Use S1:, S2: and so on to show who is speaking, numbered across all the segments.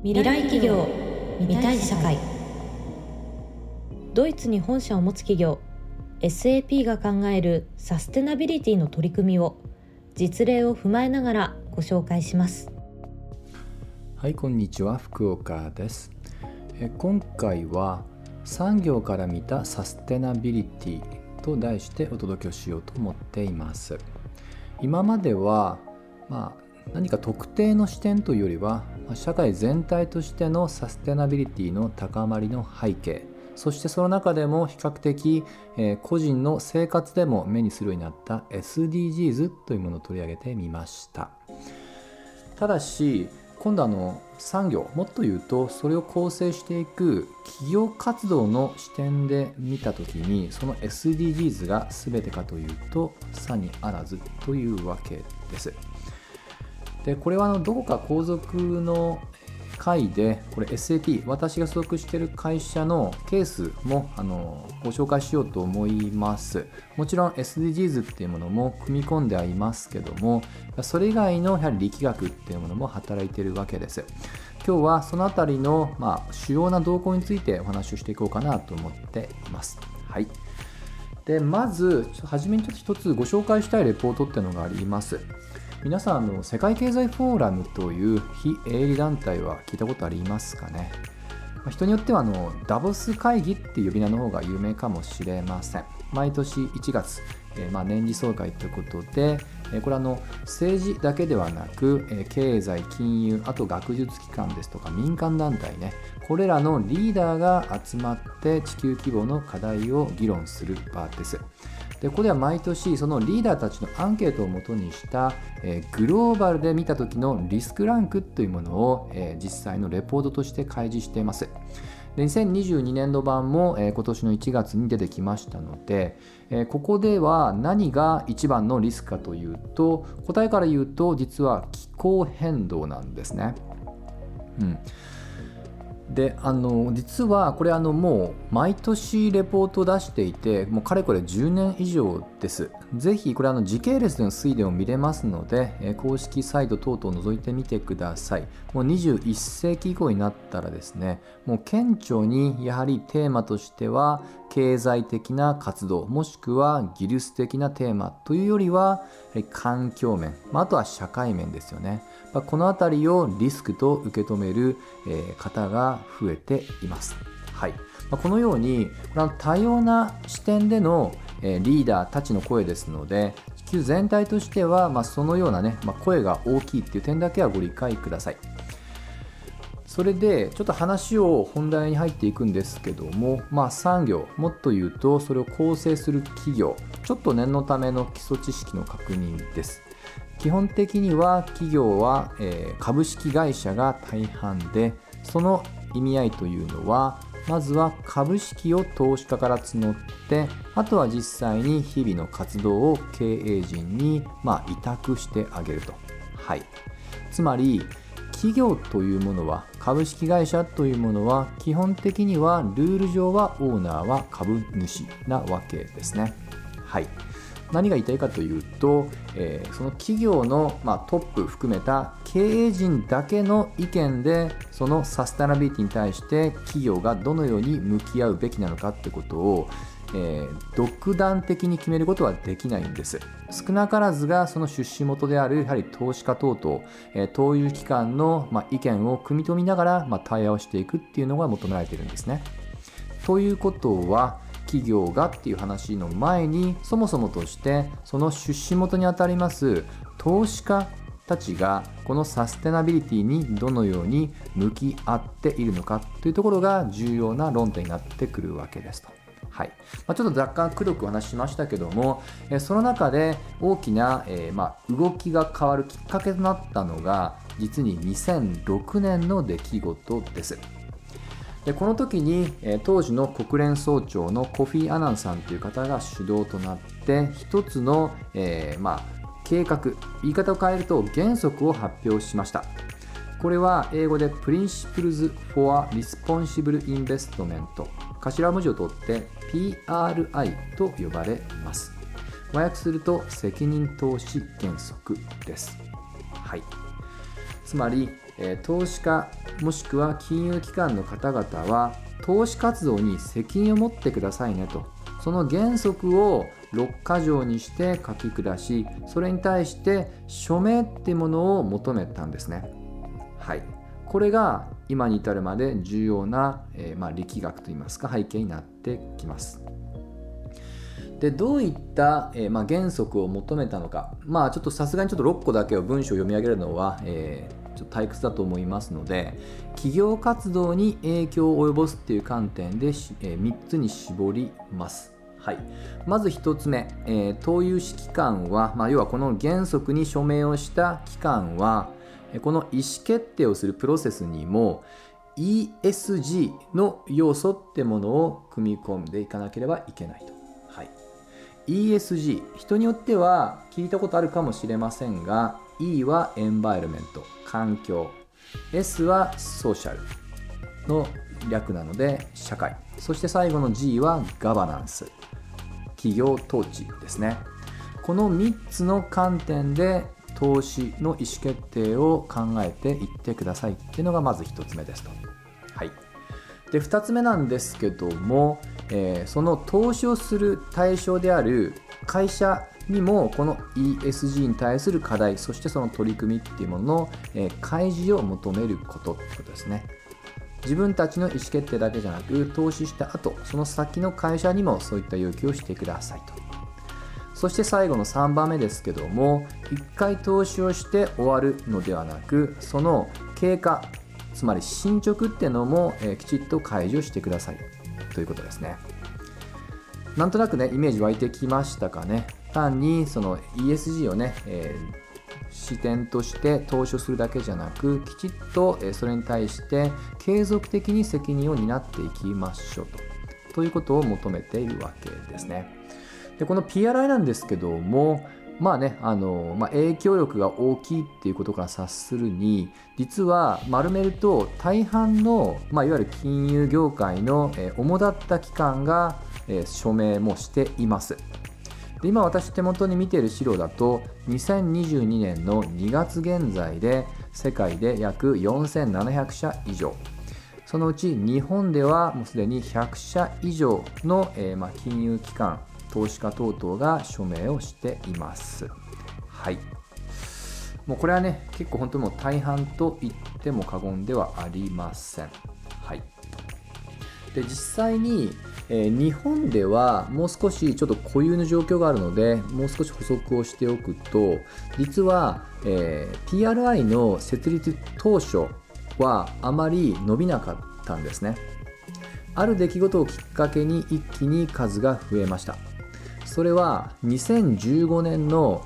S1: 未来企業、未来社会。ドイツに本社を持つ企業 SAP が考えるサステナビリティの取り組みを実例を踏まえながらご紹介します。
S2: はい、こんにちは、福岡です。今回は産業から見たサステナビリティと題してお届けをしようと思っています。今までは、何か特定の視点というよりは社会全体としてのサステナビリティの高まりの背景、そしてその中でも比較的、個人の生活でも目にするようになった SDGs というものを取り上げてみました。ただし今度産業、もっと言うとそれを構成していく企業活動の視点で見たときに、その SDGs が全てかというとさにあらずというわけです。でこれはどこか後続の回でこれ SAP、 私が所属している会社のケースもご紹介しようと思います。もちろん SDGs っていうものも組み込んではいますけども、それ以外のやはり力学っていうものも働いているわけです。今日はそのあたりの、主要な動向についてお話をしていこうかなと思っています。はい。でまず初めに一つご紹介したいレポートっていうのがあります。皆さん世界経済フォーラムという非営利団体は聞いたことありますかね。人によってはダボス会議っていう呼び名の方が有名かもしれません。毎年1月、年次総会ということで、これは政治だけではなく経済、金融、あと学術機関ですとか民間団体ね、これらのリーダーが集まって地球規模の課題を議論する場です。でここでは毎年そのリーダーたちのアンケートをもとにした、グローバルで見た時のリスクランクというものを、実際のレポートとして開示しています。で2022年度版も、今年の1月に出てきましたので、ここでは何が一番のリスクかというと、答えから言うと実は気候変動なんですね。で実はこれもう毎年レポートを出していて、もうかれこれ10年以上です。ぜひこれ時系列での推移でも見れますので、公式サイト等々を覗いてみてください。もう21世紀以降になったらですね、もう顕著にやはりテーマとしては経済的な活動、もしくは技術的なテーマというよりは環境面、あとは社会面ですよね。このあたりをリスクと受け止める方が増えています。はい。このように多様な視点でのリーダーたちの声ですので、地球全体としてはそのような声が大きいっていう点だけはご理解ください。それでちょっと話を本題に入っていくんですけども、産業、もっと言うとそれを構成する企業、ちょっと念のための基礎知識の確認です。基本的には企業は、株式会社が大半で、その意味合いというのはまずは株式を投資家から募って、あとは実際に日々の活動を経営陣に委託してあげると。はい。つまり企業というものは、株式会社というものは基本的にはルール上はオーナーは株主なわけですね。はい。何が言いたいかというと、その企業の、トップ含めた経営陣だけの意見でそのサステナビリティに対して企業がどのように向き合うべきなのかってことを、独断的に決めることはできないんです。少なからずがその出資元であるやはり投資家等々、投融機関の、意見を汲み取りながら、対話をしていくっていうのが求められているんですね。ということは企業がっていう話の前に、そもそもとしてその出資元にあたります投資家たちがこのサステナビリティにどのように向き合っているのかというところが重要な論点になってくるわけですと。はい。ちょっと若干くどくお話ししましたけども、その中で大きな、動きが変わるきっかけとなったのが実に2006年の出来事です。でこの時に、当時の国連総長のコフィ・アナンさんという方が主導となって一つの、計画、言い方を変えると原則を発表しました。これは英語で Principles for Responsible Investment、 頭文字を取って PRI と呼ばれます。和訳すると責任投資原則です。はい。つまり投資家もしくは金融機関の方々は投資活動に責任を持ってくださいねと、その原則を6か条にして書き下し、それに対して署名っていうものを求めたんですね。はい、これが今に至るまで重要な、力学といいますか背景になってきます。でどういった、原則を求めたのか、ちょっとさすがに6個だけを文章を読み上げるのは、ちょっと退屈だと思いますので、企業活動に影響を及ぼすっていう観点で、3つに絞ります。はい、まず1つ目、投融資機関は、要はこの原則に署名をした機関はこの意思決定をするプロセスにも ESG の要素ってものを組み込んでいかなければいけないと。はい、ESG、 人によっては聞いたことあるかもしれませんが、 E はエンバイロメント、環境、 S はソーシャルの略なので社会、そして最後の G はガバナンス、企業統治ですね。この3つの観点で投資の意思決定を考えていってくださいっていうのがまず1つ目ですと。はい、で2つ目なんですけども、その投資をする対象である会社にもこの ESG に対する課題、そしてその取り組みっていうものの、開示を求めることってことですね。自分たちの意思決定だけじゃなく、投資した後その先の会社にもそういった要求をしてくださいと。そして最後の3番目ですけども、1回投資をして終わるのではなく、その経過、つまり進捗っていうのも、きちっと開示をしてくださいということですね。なんとなくねイメージ湧いてきましたかね。単にその ESG をね、視点として投資をするだけじゃなく、きちっとそれに対して継続的に責任を担っていきましょうということを求めているわけですね。でこの PRI なんですけども、影響力が大きいっていうことから察するに、実は丸めると大半の、いわゆる金融業界の主だった機関が署名もしています。で今私手元に見ている資料だと、2022年の2月現在で世界で約4700社以上、そのうち日本ではもうすでに100社以上の、金融機関、投資家等々が署名をしています。はい、もうこれはね結構本当にもう大半と言っても過言ではありません。はい、で実際に日本ではもう少しちょっと固有の状況があるので、もう少し補足をしておくと、実は、PRI の設立当初はあまり伸びなかったんですね。ある出来事をきっかけに一気に数が増えました。それは2015年の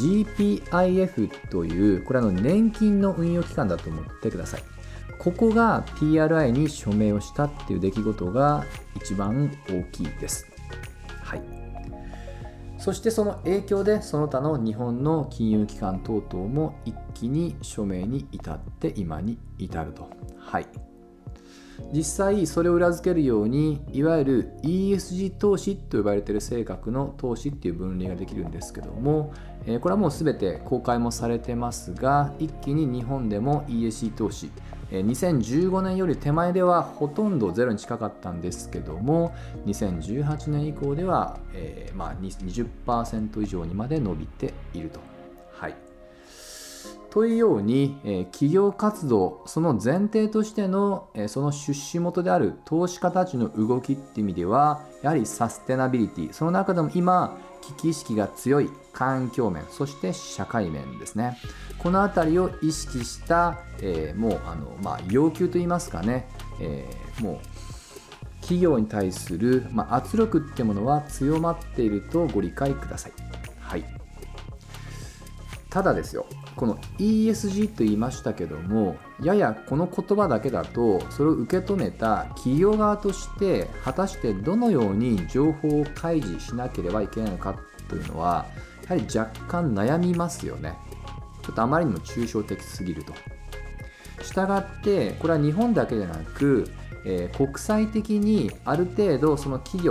S2: GPIF という、これは年金の運用機関だと思ってください。ここが PRI に署名をしたっていう出来事が一番大きいです。はい、そしてその影響でその他の日本の金融機関等々も一気に署名に至って今に至ると。はい、実際それを裏付けるように、いわゆる ESG 投資と呼ばれている性格の投資っていう分類ができるんですけども、これはもう全て公開もされてますが、一気に日本でも ESG 投資、2015年より手前ではほとんどゼロに近かったんですけども、2018年以降では、20% 以上にまで伸びていると。はい、というように、企業活動、その前提としての、その出資元である投資家たちの動きっていう意味では、やはりサステナビリティ、その中でも今危機意識が強い環境面、そして社会面ですね。このあたりを意識した、要求といいますかね、もう企業に対する、圧力ってものは強まっているとご理解ください。はい、ただですよ、この ESG と言いましたけども、ややこの言葉だけだとそれを受け止めた企業側として果たしてどのように情報を開示しなければいけないのかというのは、やはり若干悩みますよね。ちょっとあまりにも抽象的すぎると。したがってこれは日本だけでなく、国際的にある程度その企業の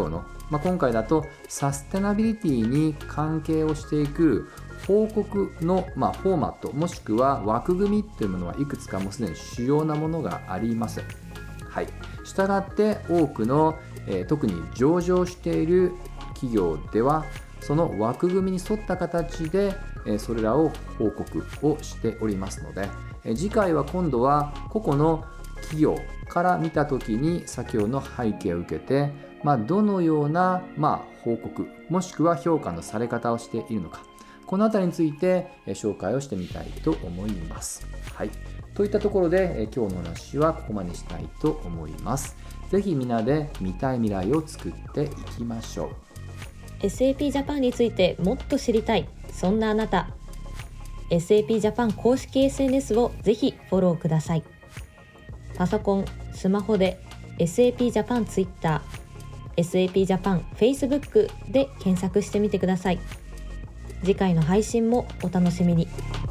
S2: 今回だとサステナビリティに関係をしていく報告の、フォーマットもしくは枠組みというものはいくつかもうすでに主要なものがあります。はい、したがって多くの、特に上場している企業ではその枠組みに沿った形で、それらを報告をしておりますので、次回は今度は個々の企業から見た時に先ほどの背景を受けて、どのような、報告もしくは評価のされ方をしているのか、このあたりについて紹介をしてみたいと思います。はい、といったところで今日のお話はここまでしたいと思います。ぜひみんなで見たい未来を作っていきましょう。
S1: SAP ジャパンについてもっと知りたい、そんなあなた、SAP ジャパン公式 SNS をぜひフォローください。パソコン、スマホで SAP ジャパン Twitter、SAP ジャパン Facebook で検索してみてください。次回の配信もお楽しみに。